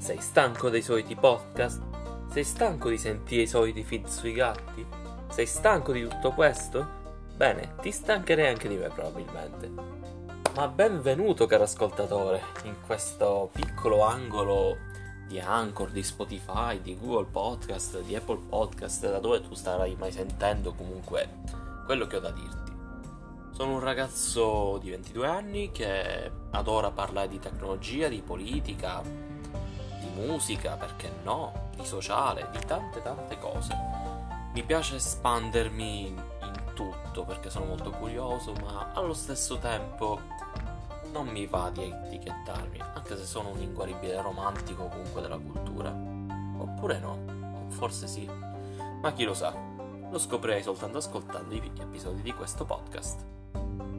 Sei stanco dei soliti podcast? Sei stanco di sentire i soliti feed sui gatti? Sei stanco di tutto questo? Bene, ti stancherai anche di me probabilmente. Ma benvenuto caro ascoltatore in questo piccolo angolo di Anchor, di Spotify, di Google Podcast, di Apple Podcast, da dove tu starai mai sentendo comunque quello che ho da dirti. Sono un ragazzo di 22 anni che adora parlare di tecnologia, di politica, di musica, perché no, di sociale, di tante cose. Mi piace espandermi in tutto perché sono molto curioso, ma allo stesso tempo non mi va di etichettarmi, anche se sono un inguaribile romantico comunque della cultura. Oppure no, forse sì, ma chi lo sa, lo scoprirei soltanto ascoltando i episodi di questo podcast.